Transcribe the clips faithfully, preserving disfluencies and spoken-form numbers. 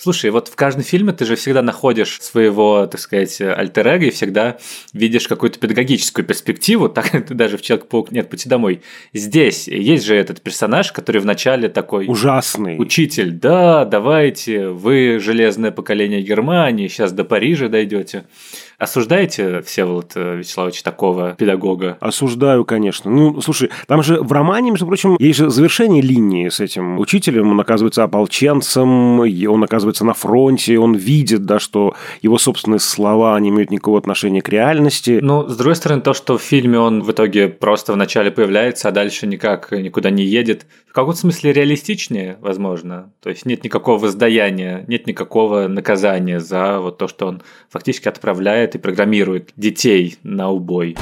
Слушай, вот в каждом фильме ты же всегда находишь своего, так сказать, альтер-эго и всегда видишь какую-то педагогическую перспективу. Так ты даже в «Человек-паук. Нет пути домой». Здесь есть же этот персонаж, который вначале такой... Ужасный. Учитель. Да, давайте, вы железное поколение Германии, сейчас до Парижа дойдете. Осуждаете, Всеволод Вячеславович, такого педагога? Осуждаю, конечно. Ну, слушай, там же в романе, между прочим, есть же завершение линии с этим учителем. Он оказывается ополченцем, он оказывается на фронте, он видит, да, что его собственные слова не имеют никакого отношения к реальности. Ну, с другой стороны, то, что в фильме он в итоге просто вначале появляется, а дальше никак никуда не едет, в каком-то смысле реалистичнее, возможно. То есть нет никакого воздаяния, нет никакого наказания за вот то, что он фактически отправляет и программирует детей на убой.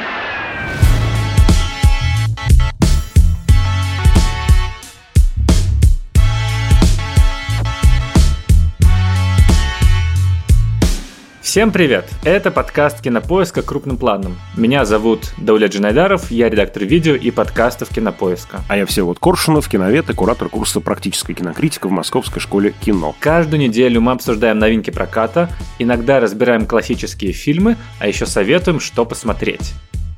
Всем привет! Это подкаст «Кинопоиска. Крупным планом». Меня зовут Даулет Джанайдаров, я редактор видео и подкастов «Кинопоиска». А я Всеволод Коршунов, киновед и куратор курса «Практическая кинокритика» в Московской школе кино. Каждую неделю мы обсуждаем новинки проката, иногда разбираем классические фильмы, а еще советуем, что посмотреть.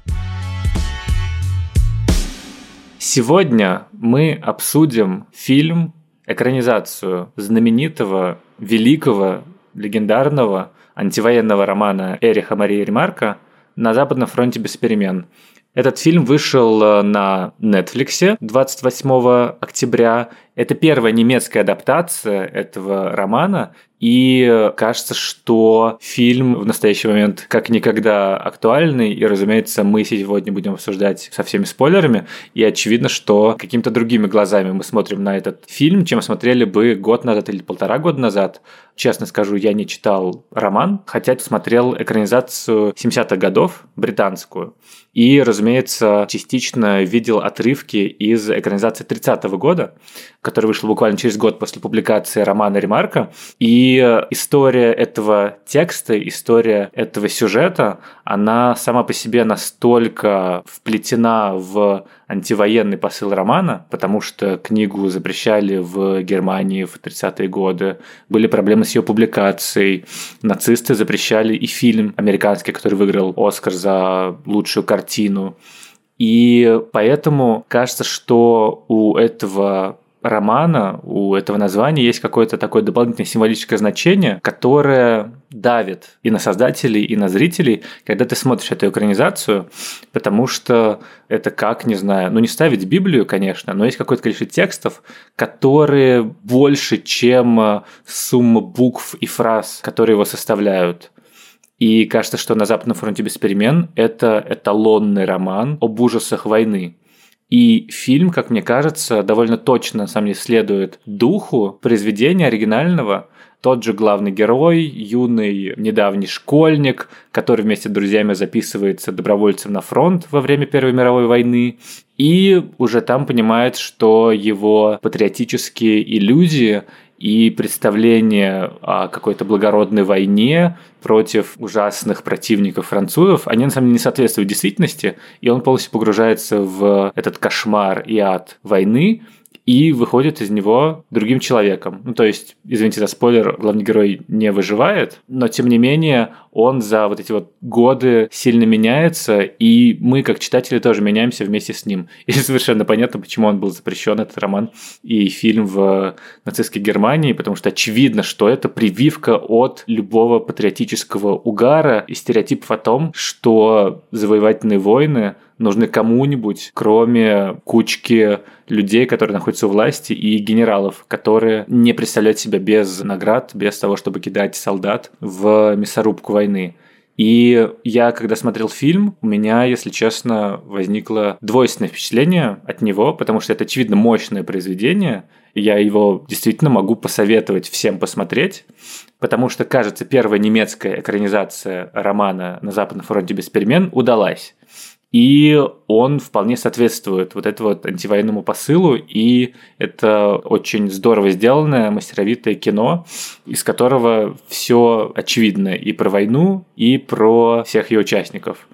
Сегодня мы обсудим фильм, экранизацию знаменитого, великого, легендарного антивоенного романа Эриха Марии Ремарка «На Западном фронте без перемен». Этот фильм вышел на Netflix двадцать восьмого октября. Это первая немецкая адаптация этого романа, и кажется, что фильм в настоящий момент как никогда актуальный, и, разумеется, мы сегодня будем обсуждать со всеми спойлерами, и очевидно, что какими-то другими глазами мы смотрим на этот фильм, чем смотрели бы год назад или полтора года назад. Честно скажу, я не читал роман, хотя смотрел экранизацию семидесятых годов, британскую, и, разумеется, частично видел отрывки из экранизации тридцатого года, которая вышла буквально через год после публикации романа Ремарка. И история этого текста, история этого сюжета, она сама по себе настолько вплетена в антивоенный посыл романа, потому что книгу запрещали в Германии в тридцатые годы, были проблемы с ее публикацией, нацисты запрещали и фильм американский, который выиграл Оскар за лучшую картину. И поэтому кажется, что у этого романа, у этого названия есть какое-то такое дополнительное символическое значение, которое давит и на создателей, и на зрителей, когда ты смотришь эту экранизацию, потому что это как, не знаю, ну не ставить Библию, конечно, но есть какое-то количество текстов, которые больше, чем сумма букв и фраз, которые его составляют. И кажется, что «На Западном фронте без перемен» – это эталонный роман об ужасах войны. И фильм, как мне кажется, довольно точно, на самом деле, следует духу произведения оригинального. Тот же главный герой, юный недавний школьник, который вместе с друзьями записывается добровольцем на фронт во время Первой мировой войны, и уже там понимает, что его патриотические иллюзии и представление о какой-то благородной войне против ужасных противников французов, они на самом деле не соответствуют действительности, и он полностью погружается в этот кошмар и ад войны, и выходит из него другим человеком. Ну, то есть, извините за спойлер, главный герой не выживает, но, тем не менее, он за вот эти вот годы сильно меняется, и мы, как читатели, тоже меняемся вместе с ним. И совершенно понятно, почему он был запрещен, этот роман и фильм в нацистской Германии, потому что очевидно, что это прививка от любого патриотического угара и стереотипов о том, что завоевательные войны нужны кому-нибудь, кроме кучки людей, которые находятся у власти, и генералов, которые не представляют себя без наград, без того, чтобы кидать солдат в мясорубку войны. И я, когда смотрел фильм, у меня, если честно, возникло двойственное впечатление от него, потому что это, очевидно, мощное произведение, и я его действительно могу посоветовать всем посмотреть, потому что, кажется, первая немецкая экранизация романа «На Западном фронте без перемен» удалась. И он вполне соответствует вот этому вот антивоенному посылу, и это очень здорово сделанное, мастеровитое кино, из которого все очевидно и про войну, и про всех ее участников.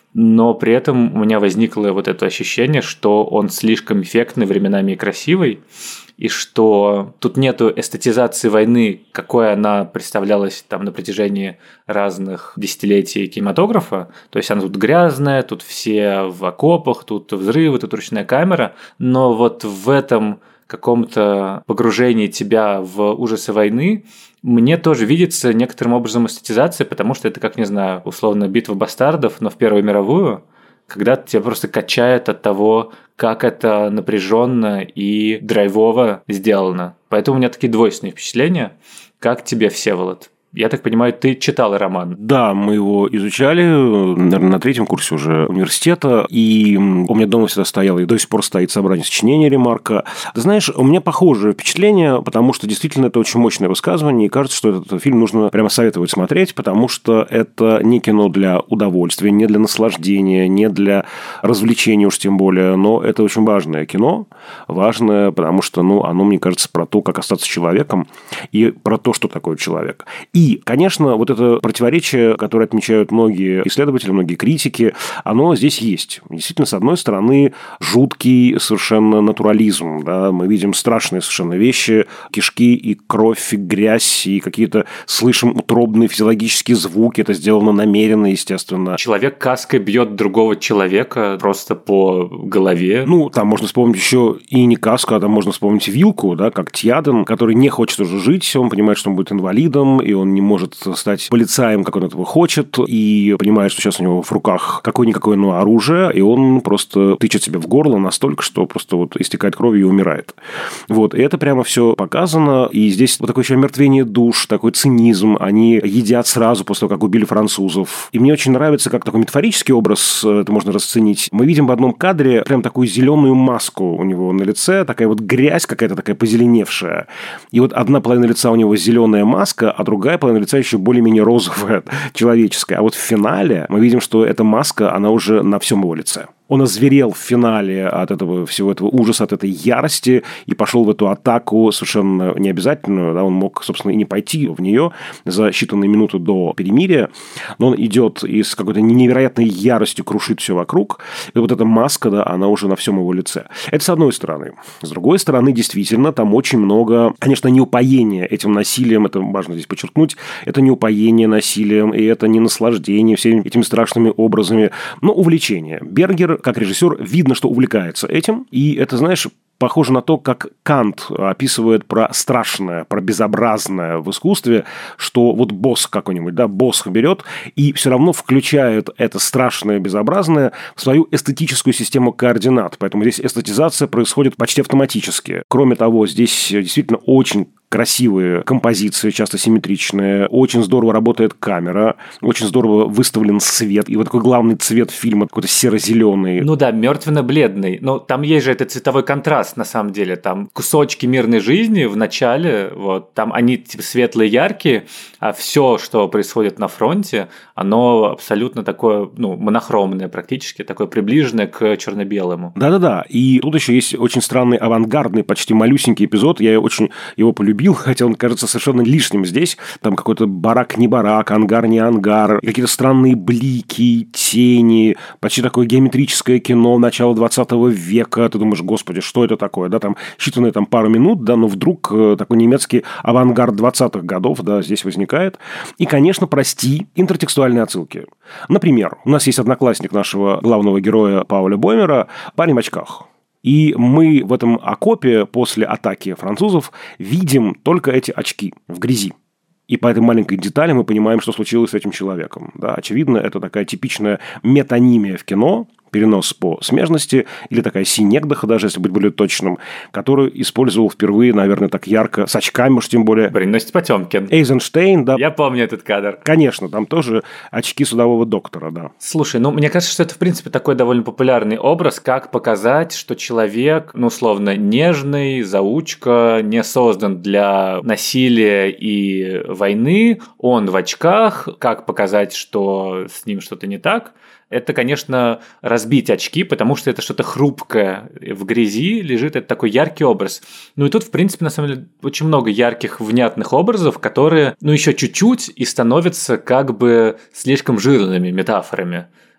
но при этом у меня возникло вот это ощущение, что он слишком эффектный временами и красивый, и что тут нету эстетизации войны, какой она представлялась там на протяжении разных десятилетий кинематографа. То есть она тут грязная, тут все в окопах, тут взрывы, тут ручная камера, но вот в этом каком-то погружении тебя в ужасы войны мне тоже видится некоторым образом эстетизация, потому что это, как, не знаю, условно, битва бастардов, но в Первую мировую, когда тебя просто качает от того, как это напряженно и драйвово сделано. Поэтому у меня такие двойственные впечатления. Как тебе, Всеволод? Я так понимаю, ты читал роман. Да, мы его изучали, наверное, на третьем курсе уже университета, и у меня дома всегда стояло, и до сих пор стоит собрание сочинений Ремарка. Ты знаешь, у меня похожее впечатление, потому что действительно это очень мощное высказывание, и кажется, что этот фильм нужно прямо советовать смотреть, потому что это не кино для удовольствия, не для наслаждения, не для развлечения уж тем более, но это очень важное кино, важное, потому что, ну, оно, мне кажется, про то, как остаться человеком, и про то, что такое человек. И, конечно, вот это противоречие, которое отмечают многие исследователи, многие критики, оно здесь есть. Действительно, с одной стороны, жуткий совершенно натурализм. Да? Мы видим страшные совершенно вещи, кишки и кровь, и грязь, и какие-то слышим утробные физиологические звуки. Это сделано намеренно, естественно. Человек каской бьет другого человека просто по голове. Ну, там можно вспомнить еще и не каску, а там можно вспомнить вилку, да, как Тьяден, который не хочет уже жить, он понимает, что он будет инвалидом, и он не может стать полицаем, как он этого хочет, и понимает, что сейчас у него в руках какое-никакое, но оружие, и он просто тычет себе в горло настолько, что просто вот истекает кровью и умирает. Вот, и это прямо все показано, и здесь вот такое еще омертвение душ, такой цинизм, они едят сразу после того, как убили французов. И мне очень нравится, как такой метафорический образ это можно расценить. Мы видим в одном кадре прям такую зеленую маску у него на лице, такая вот грязь какая-то такая позеленевшая. И вот одна половина лица у него зеленая маска, а другая половина лица еще более-менее розовая, человеческая. А вот в финале мы видим, что эта маска, она уже на всем его лице. Он озверел в финале от этого всего этого ужаса, от этой ярости и пошел в эту атаку совершенно необязательную. Да, он мог, собственно, и не пойти в нее за считанные минуты до перемирия, но он идет и с какой-то невероятной яростью крушит все вокруг. И вот эта маска, да, она уже на всем его лице. Это с одной стороны. С другой стороны, действительно, там очень много, конечно, не упоения этим насилием, это важно здесь подчеркнуть, это не упоение насилием, и это не наслаждение всеми этими страшными образами, но увлечение. Бергер, как режиссер, видно, что увлекается этим, и это, знаешь, похоже на то, как Кант описывает про страшное, про безобразное в искусстве, что вот босс какой-нибудь, да, босс берет и все равно включает это страшное, безобразное в свою эстетическую систему координат. Поэтому здесь эстетизация происходит почти автоматически. Кроме того, здесь действительно очень красивые композиции, часто симметричные. Очень здорово работает камера. Очень здорово выставлен свет. И вот такой главный цвет фильма какой-то серо-зеленый. Ну да, мертвенно-бледный. Но там есть же этот цветовой контраст, на самом деле. Там кусочки мирной жизни в начале, вот, там они типа светлые, яркие, а все, что происходит на фронте, оно абсолютно такое, ну, монохромное практически, такое приближенное к черно-белому. Да-да-да. И тут еще есть очень странный авангардный, почти малюсенький эпизод. Я очень его полюбил, хотя он кажется совершенно лишним здесь. Там какой-то барак не барак, ангар не ангар, какие-то странные блики, тени, почти такое геометрическое кино начала двадцатого века. Ты думаешь, господи, что это такое? Да, там считанные там пару минут, да, но вдруг такой немецкий авангард двадцатых годов, да, здесь возникает. И, конечно, прости, интертекстуальные отсылки. Например, у нас есть одноклассник нашего главного героя Пауля Боймера, парень в очках. И мы в этом окопе после атаки французов видим только эти очки в грязи. И по этой маленькой детали мы понимаем, что случилось с этим человеком. Да, очевидно, это такая типичная метонимия в кино, перенос по смежности, или такая синегдоха, даже если быть более точным, которую использовал впервые, наверное, так ярко, с очками, уж тем более. Приносит Потемкин. Эйзенштейн, да. Я помню этот кадр. Конечно, там тоже очки судового доктора, да. Слушай, ну, мне кажется, что это, в принципе, такой довольно популярный образ, как показать, что человек, ну, условно, нежный, заучка, не создан для насилия и войны, он в очках, как показать, что с ним что-то не так. Это, конечно, разбить очки, потому что это что-то хрупкое в грязи лежит, это такой яркий образ. Ну и тут, в принципе, на самом деле, очень много ярких, внятных образов, которые, ну, еще чуть-чуть и становятся как бы слишком жирными метафорами.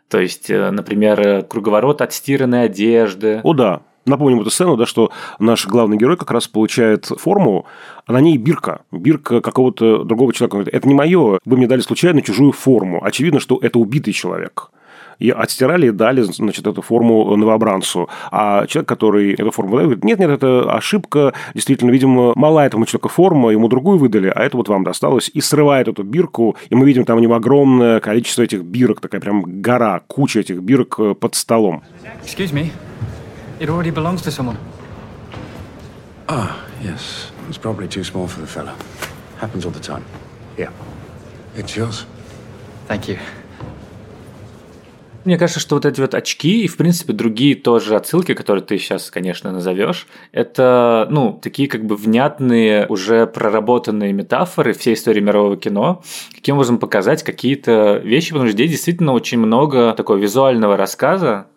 То есть, например, круговорот отстиранной одежды. О, да. Напомним эту сцену, да, что наш главный герой как раз получает форму, а на ней бирка. Бирка какого-то другого человека. Он говорит, это не мое, вы мне дали случайно чужую форму. Очевидно, что это убитый человек. И отстирали и дали, значит, эту форму новобранцу. А человек, который эту форму дает, говорит, нет-нет, это ошибка. Действительно, видимо, мала этому человеку форма, ему другую выдали, а это вот вам досталось. И срывает эту бирку. И мы видим там у него огромное количество этих бирок, такая прям гора, куча этих бирок под столом. Excuse me. It already belongs to someone. Ah, yes. It's probably too small for the fella. Happens all the time. Here. It's yours. Thank you. Мне кажется, что вот эти вот очки и, в принципе, другие тоже отсылки, которые ты сейчас, конечно, назовешь, это, ну, такие как бы внятные, уже проработанные метафоры всей истории мирового кино, каким образом показать какие-то вещи, потому что здесь действительно очень много такого визуального рассказа,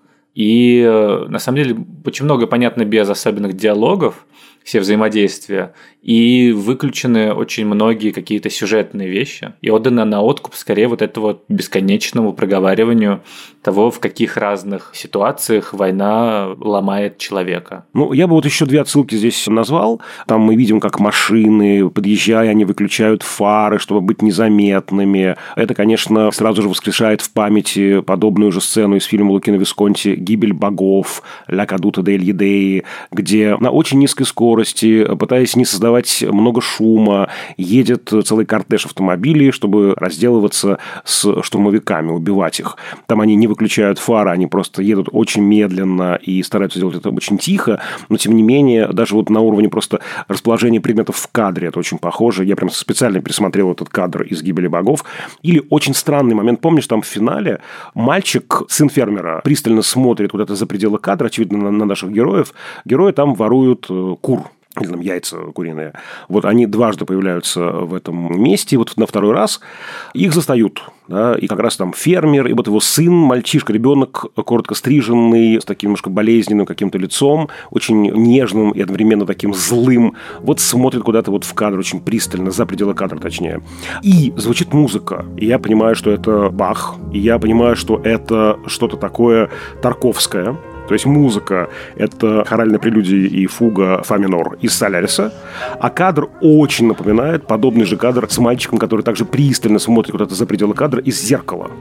и на самом деле очень много понятно без особенных диалогов, все взаимодействия, и выключены очень многие какие-то сюжетные вещи, и отдано на откуп скорее вот этому бесконечному проговариванию того, в каких разных ситуациях война ломает человека. Ну, я бы вот еще две отсылки здесь назвал. Там мы видим, как машины, подъезжая, они выключают фары, чтобы быть незаметными. Это, конечно, сразу же воскрешает в памяти подобную же сцену из фильма Лукино Висконти «Гибель богов», «Ля кадута дель Идеи», где на очень низкой скорости, пытаясь не создавать много шума, едет целый кортеж автомобилей, чтобы разделываться с штурмовиками, убивать их. Там они не выключают фары, они просто едут очень медленно и стараются делать это очень тихо, но, тем не менее, даже вот на уровне просто расположения предметов в кадре это очень похоже. Я прям специально пересмотрел этот кадр из «Гибели богов». Или очень странный момент. Помнишь, там в финале мальчик, сын фермера, пристально смотрит куда-то за пределы кадра, очевидно, на, на наших героев. Герои там воруют кур. Или там яйца куриные. Вот они дважды появляются в этом месте. И вот на второй раз их застают. Да, и как раз там фермер, и вот его сын, мальчишка, ребенок, коротко стриженный, с таким немножко болезненным каким-то лицом, очень нежным и одновременно таким злым, вот смотрит куда-то вот в кадр очень пристально, за пределы кадра точнее. И звучит музыка. И я понимаю, что это Бах, и я понимаю, что это что-то такое тарковское. То есть музыка – это хоральная прелюдия и фуга фа минор из «Соляриса», а кадр очень напоминает подобный же кадр с мальчиком, который также пристально смотрит куда-то за пределы кадра из «Зеркала».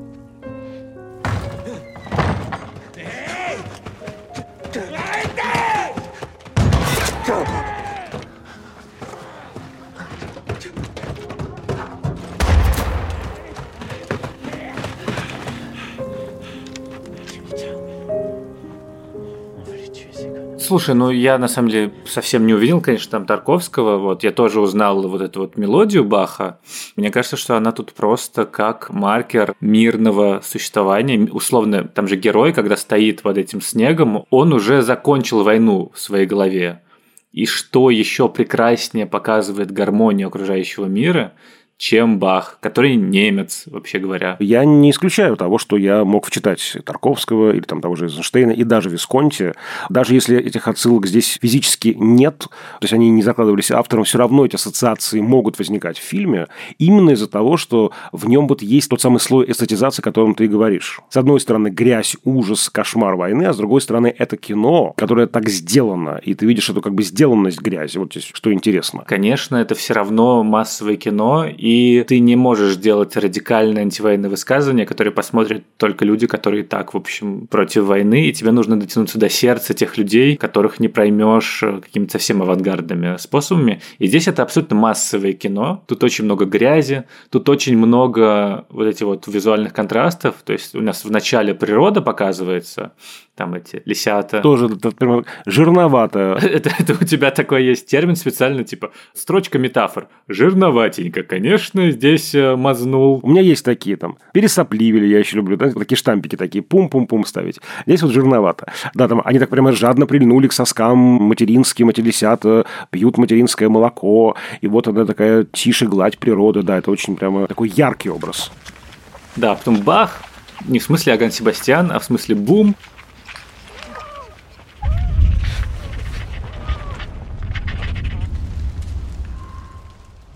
Слушай, ну я на самом деле совсем не увидел, конечно, там Тарковского. Вот я тоже узнал вот эту вот мелодию Баха. Мне кажется, что она тут просто как маркер мирного существования. Условно, там же герой, когда стоит под этим снегом, он уже закончил войну в своей голове. И что еще прекраснее показывает гармонию окружающего мира, чем Бах, который немец, вообще говоря. Я не исключаю того, что я мог вчитать Тарковского или там того же Эйзенштейна и даже Висконти. Даже если этих отсылок здесь физически нет, то есть они не закладывались автором, все равно эти ассоциации могут возникать в фильме именно из-за того, что в нем вот есть тот самый слой эстетизации, о котором ты и говоришь. С одной стороны, грязь, ужас, кошмар войны, а с другой стороны, это кино, которое так сделано, и ты видишь эту как бы сделанность грязи. Вот здесь что интересно. Конечно, это все равно массовое кино, и И ты не можешь делать радикальное антивоенное высказывание, которое посмотрят только люди, которые так, в общем, против войны, и тебе нужно дотянуться до сердца тех людей, которых не проймешь какими-то совсем авангардными способами. И здесь это абсолютно массовое кино. Тут очень много грязи, тут очень много вот этих вот визуальных контрастов. То есть у нас в начале природа показывается, там эти лисята. Тоже жирновато. Это, это у тебя такой есть термин специально, типа строчка метафор. Жирноватенько, конечно, здесь мазнул. У меня есть такие там. Пересопливили, я еще люблю. Да, такие штампики такие. Пум-пум-пум ставить. Здесь вот жирновато. Да, там они так прямо жадно прильнули к соскам материнским, эти лисята пьют материнское молоко. И вот она такая тише гладь природы. Да, это очень прямо такой яркий образ. Да, потом бах. Не в смысле Аган Себастьян, а в смысле бум.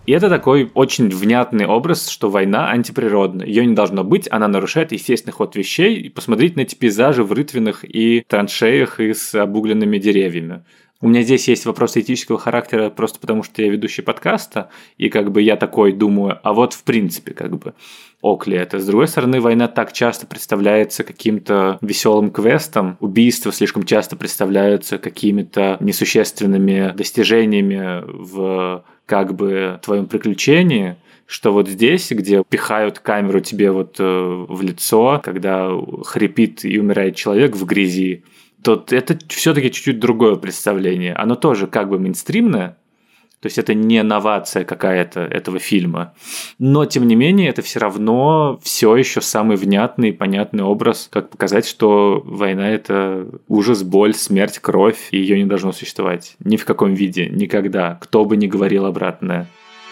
И это такой очень внятный образ, что война антиприродна. Ее не должно быть, она нарушает естественный ход вещей. И посмотреть на эти пейзажи в рытвинах и траншеях и с обугленными деревьями. У меня здесь есть вопросы этического характера просто потому, что я ведущий подкаста, и как бы я такой думаю, а вот в принципе как бы ок ли это. С другой стороны, война так часто представляется каким-то веселым квестом, убийства слишком часто представляются какими-то несущественными достижениями в как бы твоем приключении, что вот здесь, где пихают камеру тебе вот в лицо, когда хрипит и умирает человек в грязи, то это все-таки чуть-чуть другое представление. Оно тоже как бы мейнстримное, то есть это не новация какая-то этого фильма, но тем не менее это все равно все еще самый внятный и понятный образ, как показать, что война – это ужас, боль, смерть, кровь, и ее не должно существовать ни в каком виде, никогда, кто бы ни говорил обратное.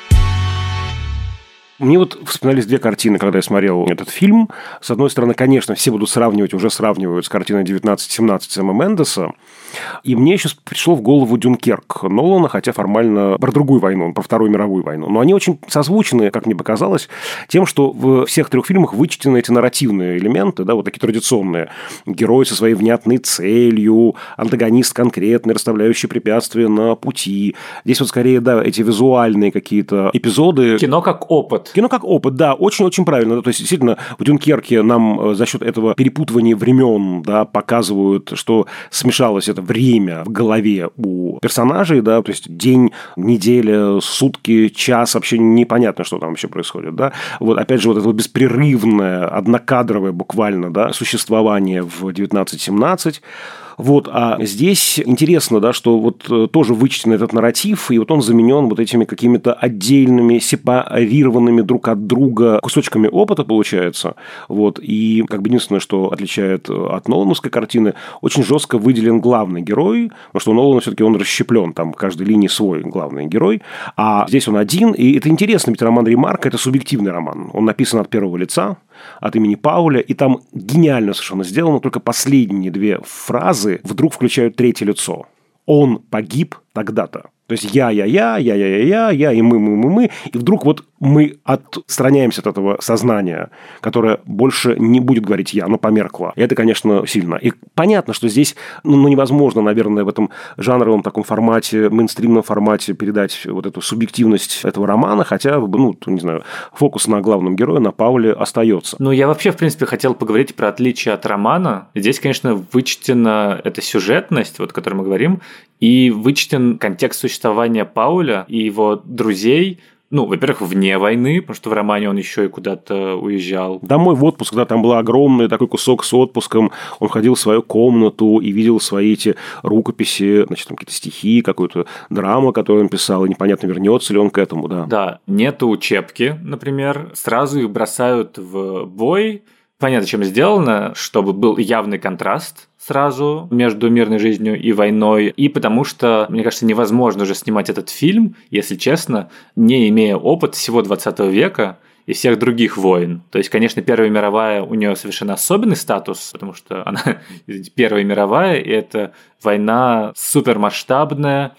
Мне вот вспоминались две картины, когда я смотрел этот фильм. С одной стороны, конечно, все будут сравнивать, уже сравнивают с картиной девятнадцать семнадцать Сэма Мендеса. И мне еще пришло в голову «Дюнкерк» Нолана, хотя формально про другую войну, про Вторую мировую войну. Но они очень созвучны, как мне показалось, тем, что в всех трех фильмах вычтены эти нарративные элементы, да, вот такие традиционные. Герой со своей внятной целью, антагонист конкретный, расставляющий препятствия на пути. Здесь вот скорее, да, эти визуальные какие-то эпизоды. Кино как опыт. Кино как опыт, да, очень-очень правильно. Да, то есть, действительно, в «Дюнкерке» нам за счет этого перепутывания времен, да, показывают, что смешалось это время в голове у персонажей, да, то есть день, неделя, сутки, час, вообще непонятно, что там вообще происходит, да. Вот, опять же, вот это вот беспрерывное, однокадровое буквально, да, существование в девятнадцать семнадцать. Вот, а здесь интересно, да, что вот тоже вычтен этот нарратив, и вот он заменен вот этими какими-то отдельными, сепарированными друг от друга кусочками опыта, получается. Вот, и как бы единственное, что отличает от нолановской картины, очень жестко выделен главный герой, потому что у Нолана все-таки он расщеплен, там в каждой линии свой главный герой, а здесь он один, и это интересно, ведь роман Ремарка – это субъективный роман, он написан от первого лица, от имени Пауля, и там гениально совершенно сделано, только последние две фразы вдруг включают третье лицо. Он погиб тогда-то. То есть я, я, я, я, я, я, я, я, и мы, мы, мы, мы. И вдруг вот мы отстраняемся от этого сознания, которое больше не будет говорить я, но померкло. И это, конечно, сильно. И понятно, что здесь ну, невозможно, наверное, в этом жанровом таком формате, мейнстримном формате передать вот эту субъективность этого романа, хотя, ну, не знаю, фокус на главном герое, на Пауле остается. Ну, я вообще, в принципе, хотел поговорить про отличие от романа. Здесь, конечно, вычтена эта сюжетность, вот, о которой мы говорим, и вычтен контекст существования Пауля и его друзей. Ну, во-первых, вне войны, потому что в романе он еще и куда-то уезжал. Домой в отпуск, да, там был огромный такой кусок с отпуском. Он ходил в свою комнату и видел свои эти рукописи, значит, там какие-то стихи, какую-то драму, которую он писал, и непонятно, вернется ли он к этому, да. Да, нету учебки, например, сразу их бросают в бой. Понятно, чем сделано, чтобы был явный контраст сразу между мирной жизнью и войной, и потому что, мне кажется, невозможно уже снимать этот фильм, если честно, не имея опыта всего двадцатого века и всех других войн. То есть, конечно, Первая мировая, у нее совершенно особенный статус, потому что она Первая мировая, и это война супермасштабная,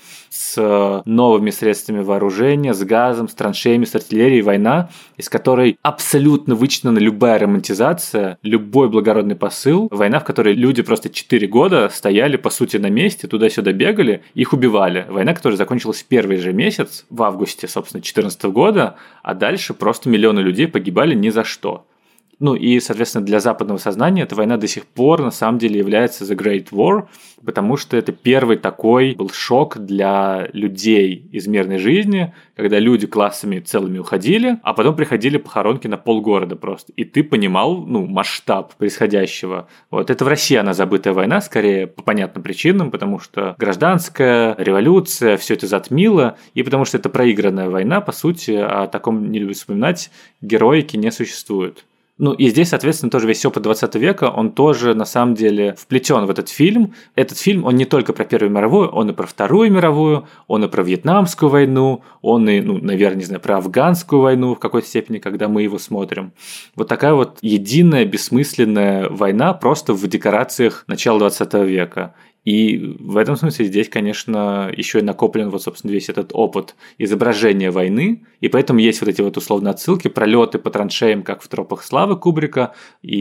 с новыми средствами вооружения, с газом, с траншеями, с артиллерией, война, из которой абсолютно вычтена любая романтизация, любой благородный посыл. Война, в которой люди просто четыре года стояли, по сути, на месте, туда-сюда бегали, их убивали. Война, которая закончилась в первый же месяц, в августе, собственно, две тысячи четырнадцатого года, а дальше просто миллионы людей погибали ни за что. Ну и, соответственно, для западного сознания эта война до сих пор на самом деле является The Great War, потому что это первый такой был шок для людей из мирной жизни, когда люди классами целыми уходили, а потом приходили похоронки на полгорода просто. И ты понимал, ну, масштаб происходящего. Вот это в России она забытая война, скорее по понятным причинам, потому что гражданская революция все это затмила, и потому что это проигранная война, по сути, о таком не любят вспоминать, героики не существует. Ну и здесь, соответственно, тоже весь опыт двадцатого века, он тоже на самом деле вплетен в этот фильм. Этот фильм, он не только про Первую мировую, он и про Вторую мировую, он и про Вьетнамскую войну, он и, ну, наверное, не знаю, про Афганскую войну в какой-то степени, когда мы его смотрим. Вот такая вот единая, бессмысленная война просто в декорациях начала двадцатого века. И в этом смысле здесь, конечно, еще и накоплен вот, собственно, весь этот опыт изображения войны, и поэтому есть вот эти вот условно отсылки, пролеты по траншеям, как в «Тропах славы» Кубрика,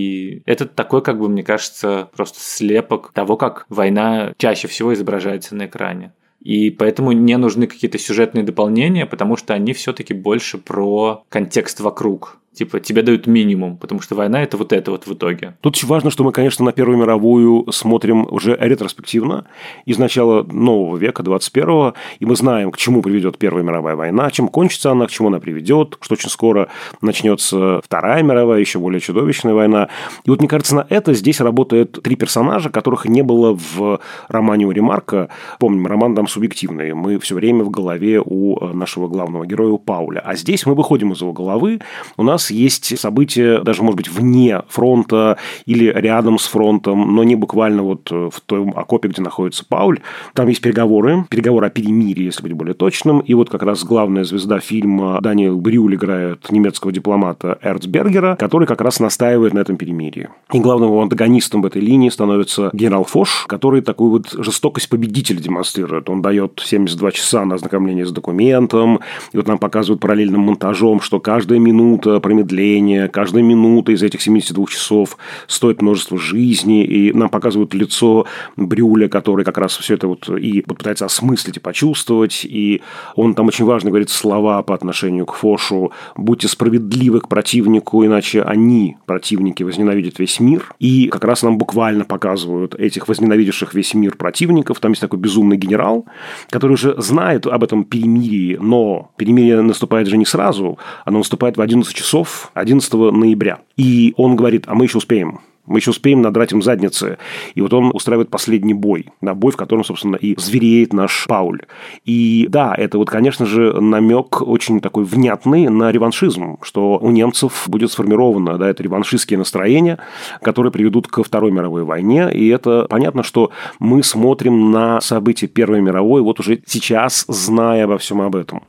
и это такой, как бы, мне кажется, просто слепок того, как война чаще всего изображается на экране. И поэтому не нужны какие-то сюжетные дополнения, потому что они все-таки больше про контекст вокруг. Типа, тебе дают минимум, потому что война – это вот это вот в итоге. Тут очень важно, что мы, конечно, на Первую мировую смотрим уже ретроспективно, из начала нового века, двадцать первого, и мы знаем, к чему приведет Первая мировая война, чем кончится она, к чему она приведет, что очень скоро начнется Вторая мировая, еще более чудовищная война. И вот, мне кажется, на это здесь работают три персонажа, которых не было в романе у Ремарка. Помним, роман там субъективный, мы все время в голове у нашего главного героя, у Пауля. А здесь мы выходим из его головы, у нас есть события, даже, может быть, вне фронта или рядом с фронтом, но не буквально вот в том окопе, где находится Пауль. Там есть переговоры, переговоры о перемирии, если быть более точным. И вот как раз главная звезда фильма Даниэл Брюль играет немецкого дипломата Эрцбергера, который как раз настаивает на этом перемирии. И главным его антагонистом в этой линии становится генерал Фош, который такую вот жестокость победителя демонстрирует. Он дает семьдесят два часа на ознакомление с документом, и вот нам показывают параллельным монтажом, что каждая минута промедление, каждая минута из этих семидесяти двух часов стоит множество жизней, и нам показывают лицо Брюля, который как раз все это вот и пытается осмыслить и почувствовать, и он там очень важно говорит слова по отношению к Фошу: «Будьте справедливы к противнику, иначе они, противники, возненавидят весь мир». И как раз нам буквально показывают этих возненавидевших весь мир противников. Там есть такой безумный генерал, который уже знает об этом перемирии, но перемирие наступает же не сразу, оно наступает в одиннадцать часов одиннадцатого ноября. И он говорит: а мы еще успеем. Мы еще успеем надрать им задницы. И вот он устраивает последний бой. Да, бой, в котором, собственно, и звереет наш Пауль. И да, это вот, конечно же, намек очень такой внятный на реваншизм, что у немцев будет сформировано, да, это реваншистские настроения, которые приведут ко Второй мировой войне. И это понятно, что мы смотрим на события Первой мировой вот уже сейчас, зная обо всем об этом.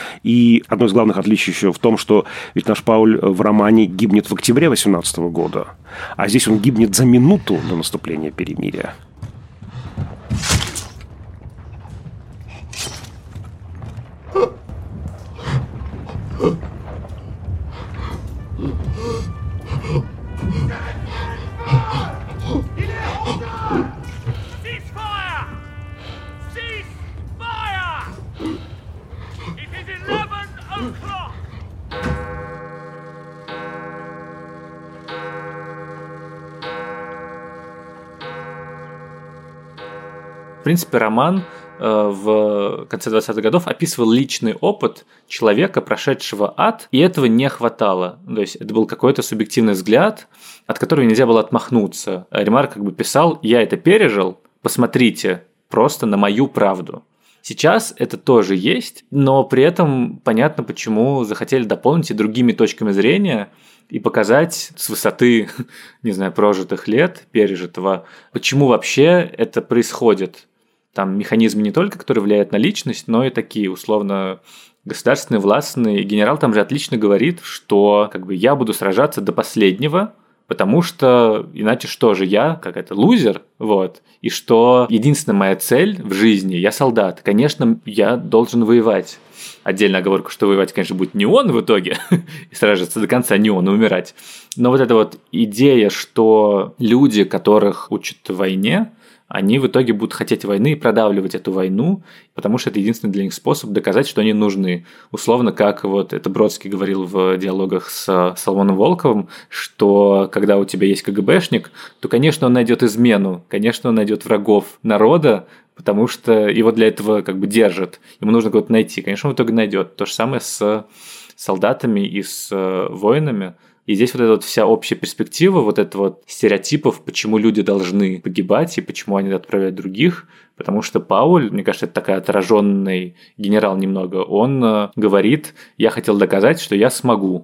И одно из главных отличий еще в том, что ведь наш Пауль в романе гибнет в октябре восемнадцатого года, а здесь он гибнет за минуту до наступления перемирия. В принципе, роман в конце двадцатых годов описывал личный опыт человека, прошедшего ад, и этого не хватало. То есть это был какой-то субъективный взгляд, от которого нельзя было отмахнуться. Ремарк как бы писал: «Я это пережил, посмотрите просто на мою правду». Сейчас это тоже есть, но при этом понятно, почему захотели дополнить и другими точками зрения и показать с высоты, не знаю, прожитых лет, пережитого, почему вообще это происходит. Там механизмы не только, которые влияют на личность, но и такие, условно, государственные, властные. Генерал там же отлично говорит, что как бы я буду сражаться до последнего, потому что иначе что же я, как это, лузер, вот, и что единственная моя цель в жизни, я солдат, конечно, я должен воевать. Отдельная оговорка, что воевать, конечно, будет не он в итоге, и сражаться до конца не он, и умирать. Но вот эта вот идея, что люди, которых учат войне, они в итоге будут хотеть войны и продавливать эту войну, потому что это единственный для них способ доказать, что они нужны. Условно, как вот это Бродский говорил в диалогах с Соломоном Волковым, что когда у тебя есть КГБшник, то, конечно, он найдет измену, конечно, он найдет врагов народа, потому что его для этого как бы держат. Ему нужно кого-то найти. Конечно, он в итоге найдет. То же самое с солдатами и с воинами. И здесь вот эта вот вся общая перспектива, вот это вот стереотипов, почему люди должны погибать и почему они отправляют других. Потому что Пауль, мне кажется, это такой отраженный генерал немного, он говорит: я хотел доказать, что я смогу.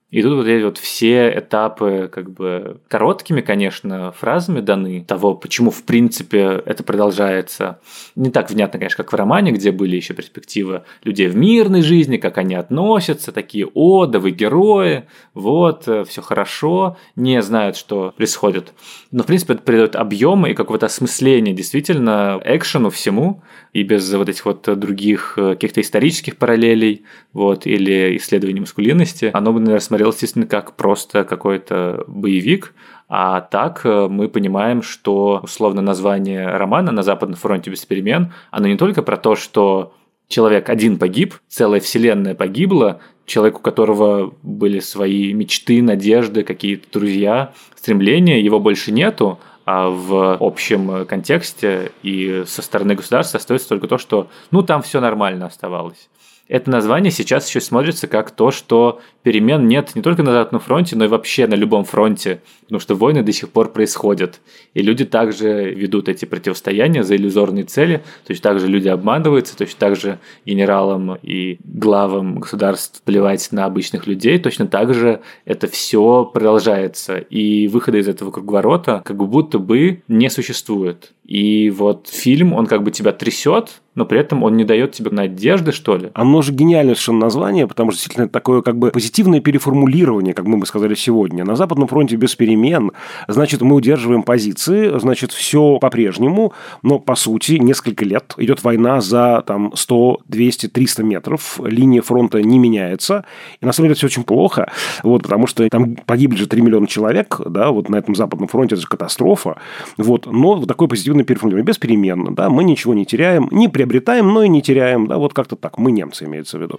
И тут вот эти вот все этапы как бы короткими, конечно, фразами даны того, почему в принципе это продолжается. Не так внятно, конечно, как в романе, где были еще перспективы людей в мирной жизни, как они относятся, такие: о, да вы герои, вот, все хорошо, не знают, что происходит. Но в принципе это придает объема и какого-то осмысления действительно экшену всему, и без вот этих вот других каких-то исторических параллелей, вот, или исследований маскулинности. Оно бы, наверное, смотрелось естественно как просто какой-то боевик, а так мы понимаем, что условно название романа «На Западном фронте без перемен», оно не только про то, что человек один погиб, целая вселенная погибла, человек, у которого были свои мечты, надежды, какие-то друзья, стремления, его больше нету, а в общем контексте и со стороны государства остается только то, что ну там все нормально оставалось. Это название сейчас еще смотрится как то, что перемен нет не только на Западном фронте, но и вообще на любом фронте, потому что войны до сих пор происходят. И люди также ведут эти противостояния за иллюзорные цели, точно так же люди обманываются, точно так же генералам и главам государств плевать на обычных людей, точно так же это все продолжается. И выхода из этого круговорота как будто бы не существует. И вот фильм, он как бы тебя трясет, но при этом он не дает тебе надежды, что ли. Оно же гениальное совершенно название, потому что действительно это такое как бы позитивное переформулирование, как мы бы сказали сегодня. На Западном фронте без перемен, значит, мы удерживаем позиции, значит, все по-прежнему, но, по сути, несколько лет идет война за там сто, двести, триста метров, линия фронта не меняется, и на самом деле это все очень плохо, вот, потому что там погибли же три миллиона человек, да, вот на этом Западном фронте, это же катастрофа, вот, но вот такое позитивное переформулирование, без перемен, да, мы ничего не теряем, не приобретаем, но и не теряем, да, вот как-то так, мы немцы, имеется в виду.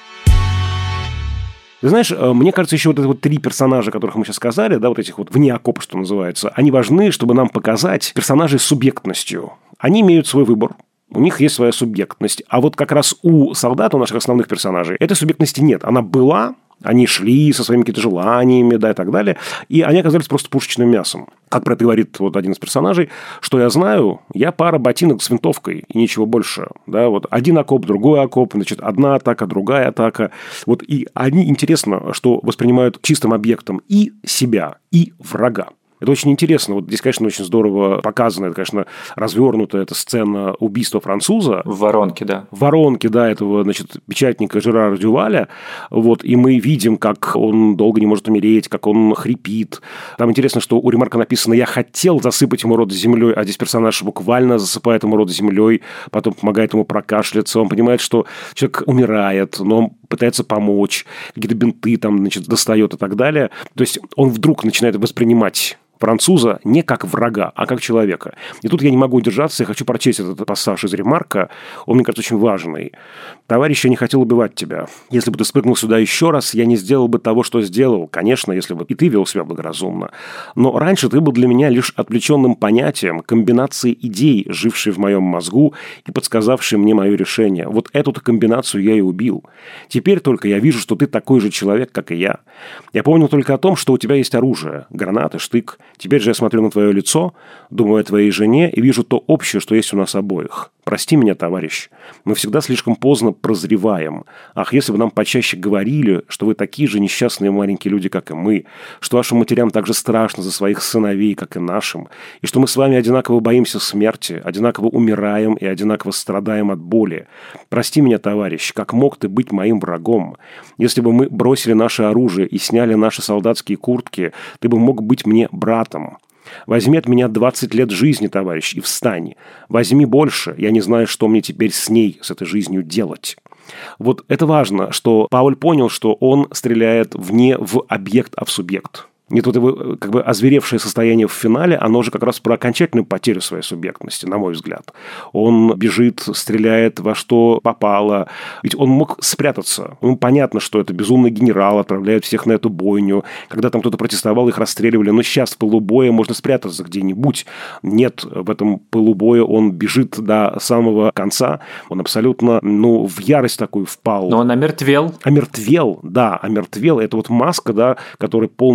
Ты знаешь, мне кажется, еще вот эти вот три персонажа, которых мы сейчас сказали, да, вот этих вот вне окопа, что называется, они важны, чтобы нам показать персонажей с субъектностью. Они имеют свой выбор. У них есть своя субъектность. А вот как раз у солдат, у наших основных персонажей, этой субъектности нет. Она была, они шли со своими какими-то желаниями, да, и так далее, и они оказались просто пушечным мясом. Как про это говорит вот один из персонажей, что я знаю, я пара ботинок с винтовкой и ничего больше. Да, вот один окоп, другой окоп, значит, одна атака, другая атака. Вот, и они, интересно, что воспринимают чистым объектом и себя, и врага. Это очень интересно. Вот здесь, конечно, очень здорово показано. Это, конечно, развернутая эта сцена убийства француза. В воронке, да. В воронке, да, этого, значит, печатника Жерара Дюваля. Вот, и мы видим, как он долго не может умереть, как он хрипит. Там интересно, что у Ремарка написано: «Я хотел засыпать ему рот землей», а здесь персонаж буквально засыпает ему рот землей, потом помогает ему прокашляться. Он понимает, что человек умирает, но он пытается помочь, какие-то бинты там, значит, достает и так далее. То есть он вдруг начинает воспринимать француза не как врага, а как человека. И тут я не могу удержаться, я хочу прочесть этот пассаж из Ремарка. Он, мне кажется, очень важный. «Товарищ, я не хотел убивать тебя. Если бы ты спрыгнул сюда еще раз, я не сделал бы того, что сделал. Конечно, если бы и ты вел себя благоразумно. Но раньше ты был для меня лишь отвлеченным понятием, комбинацией идей, жившей в моем мозгу и подсказавшей мне мое решение. Вот эту-то комбинацию я и убил. Теперь только я вижу, что ты такой же человек, как и я. Я помнил только о том, что у тебя есть оружие, гранаты, штык. Теперь же я смотрю на твое лицо, думаю о твоей жене и вижу то общее, что есть у нас обоих. Прости меня, товарищ. Мы всегда слишком поздно прозреваем. Ах, если бы нам почаще говорили, что вы такие же несчастные маленькие люди, как и мы, что вашим матерям так же страшно за своих сыновей, как и нашим, и что мы с вами одинаково боимся смерти, одинаково умираем и одинаково страдаем от боли. Прости меня, товарищ, как мог ты быть моим врагом? Если бы мы бросили наше оружие и сняли наши солдатские куртки, ты бы мог быть мне братом. Возьми от меня двадцать лет жизни, товарищ, и встань. Возьми больше, я не знаю, что мне теперь с ней, с этой жизнью делать». Вот это важно, что Пауль понял, что он стреляет не в объект, а в субъект. Нет, вот его как бы озверевшее состояние в финале, оно же как раз про окончательную потерю своей субъектности, на мой взгляд. Он бежит, стреляет во что попало. Ведь он мог спрятаться. Ему понятно, что это безумный генерал, отправляет всех на эту бойню. Когда там кто-то протестовал, их расстреливали. Но сейчас в пылу боя можно спрятаться где-нибудь. Нет, в этом пылу боя он бежит до самого конца. Он абсолютно, ну, в ярость такую впал. Но он омертвел. Омертвел, да, омертвел. Это вот маска, да, которая полностью заменяет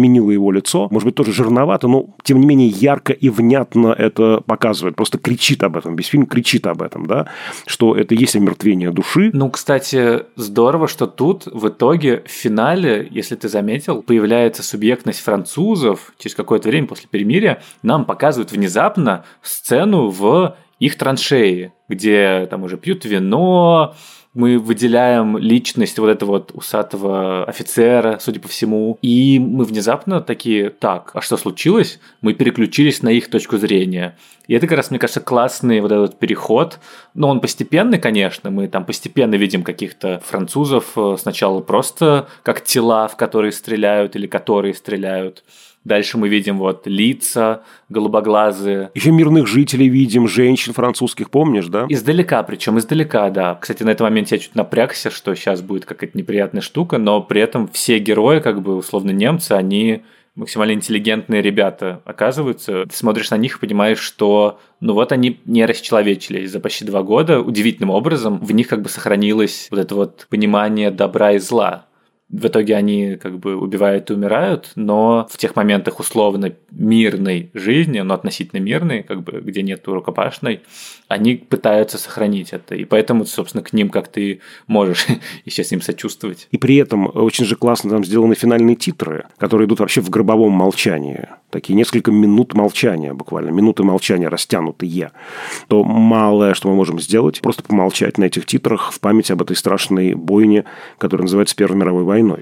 заменила его лицо. Может быть, тоже жирновато, но, тем не менее, ярко и внятно это показывает. Просто кричит об этом. Весь фильм кричит об этом, да, что это есть омертвение души. Ну, кстати, здорово, что тут в итоге в финале, если ты заметил, появляется субъектность французов. Через какое-то время после перемирия нам показывают внезапно сцену в их траншеи, где там уже пьют вино, мы выделяем личность вот этого вот усатого офицера, судя по всему, и мы внезапно такие: так, а что случилось? Мы переключились на их точку зрения. И это как раз, мне кажется, классный вот этот переход. Но он постепенный, конечно. Мы там постепенно видим каких-то французов сначала просто как тела, в которые стреляют или которые стреляют. Дальше мы видим вот лица голубоглазые. Еще мирных жителей видим, женщин французских, помнишь, да? Издалека, причем издалека, да. Кстати, на этом моменте я чуть напрягся, что сейчас будет какая-то неприятная штука, но при этом все герои, как бы условно немцы, они максимально интеллигентные ребята оказываются. Ты смотришь на них и понимаешь, что ну вот они не расчеловечились за почти два года. Удивительным образом в них как бы сохранилось вот это вот понимание добра и зла. В итоге они как бы убивают и умирают, но в тех моментах условно мирной жизни, но относительно мирной, как бы, где нет рукопашной, они пытаются сохранить это. И поэтому, собственно, к ним как ты можешь еще с ним сочувствовать. И при этом очень же классно там сделаны финальные титры, которые идут вообще в гробовом молчании. Такие несколько минут молчания буквально, минуты молчания растянутые. То малое, что мы можем сделать, просто помолчать на этих титрах в память об этой страшной бойне, которая называется Первой мировой войной.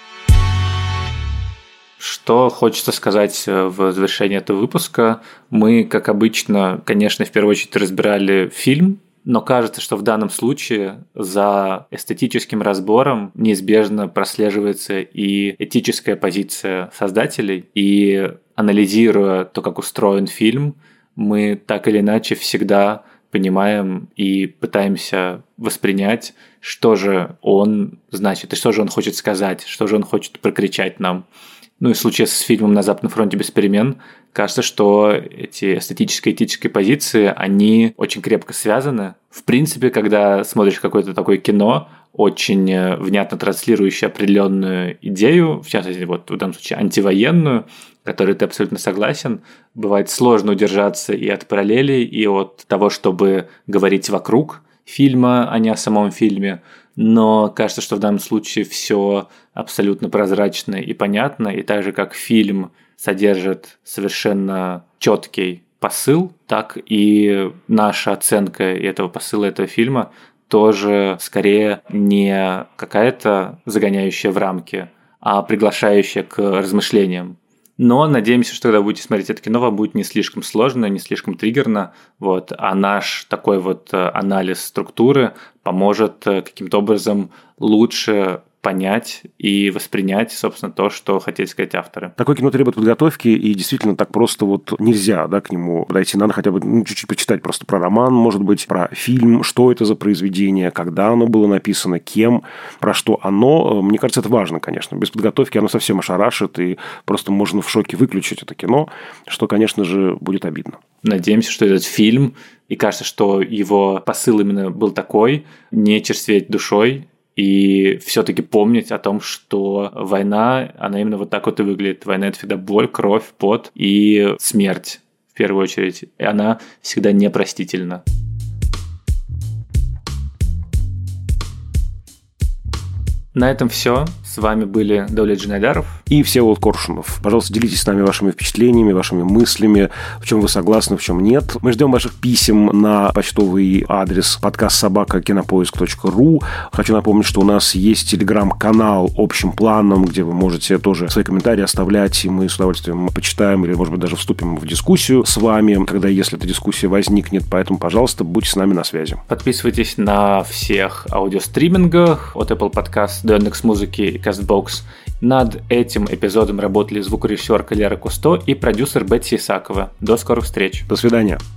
Что хочется сказать в завершении этого выпуска. Мы, как обычно, конечно, в первую очередь разбирали фильм, но кажется, что в данном случае за эстетическим разбором неизбежно прослеживается и этическая позиция создателей. И анализируя то, как устроен фильм, мы так или иначе всегда понимаем и пытаемся воспринять, что же он значит, и что же он хочет сказать, что же он хочет прокричать нам. Ну и в случае с фильмом «На Западном фронте без перемен» кажется, что эти эстетические и этические позиции, они очень крепко связаны. В принципе, когда смотришь какое-то такое кино, очень внятно транслирующее определенную идею, в частности, вот в данном случае антивоенную, которой ты абсолютно согласен, бывает сложно удержаться и от параллелей, и от того, чтобы говорить вокруг фильма, а не о самом фильме. Но кажется, что в данном случае все абсолютно прозрачно и понятно, и так же, как фильм содержит совершенно четкий посыл, так и наша оценка этого посыла, этого фильма тоже скорее не какая-то загоняющая в рамки, а приглашающая к размышлениям. Но надеемся, что когда будете смотреть это кино, вам будет не слишком сложно, не слишком триггерно, вот, а наш такой вот анализ структуры поможет каким-то образом лучше понять и воспринять, собственно, то, что хотели сказать авторы. Такое кино требует подготовки, и действительно так просто вот нельзя, да, к нему подойти. Надо хотя бы ну, чуть-чуть почитать просто про роман, может быть, про фильм, что это за произведение, когда оно было написано, кем, про что оно. Мне кажется, это важно, конечно. Без подготовки оно совсем ошарашит, и просто можно в шоке выключить это кино, что, конечно же, будет обидно. Надеемся, что этот фильм, и кажется, что его посыл именно был такой, не черстветь душой, и все-таки помнить о том, что война, она именно вот так вот и выглядит. Война – это всегда боль, кровь, пот и смерть, в первую очередь. И она всегда непростительна. На этом все. С вами были Даулет Джанайдаров и Всеволод Коршунов. Пожалуйста, делитесь с нами вашими впечатлениями, вашими мыслями, в чем вы согласны, в чем нет. Мы ждем ваших писем на почтовый адрес подкаст собака кинопоиск точка ру. Хочу напомнить, что у нас есть телеграм-канал общим планом, где вы можете тоже свои комментарии оставлять, и мы с удовольствием почитаем или, может быть, даже вступим в дискуссию с вами, когда, если эта дискуссия возникнет. Поэтому, пожалуйста, будьте с нами на связи. Подписывайтесь на всех аудиостримингах от Apple Podcast до Яндекс.Музыки и CastBox. Над этим эпизодом работали звукорежиссер Лера Кусто и продюсер Бетси Исакова. До скорых встреч. До свидания.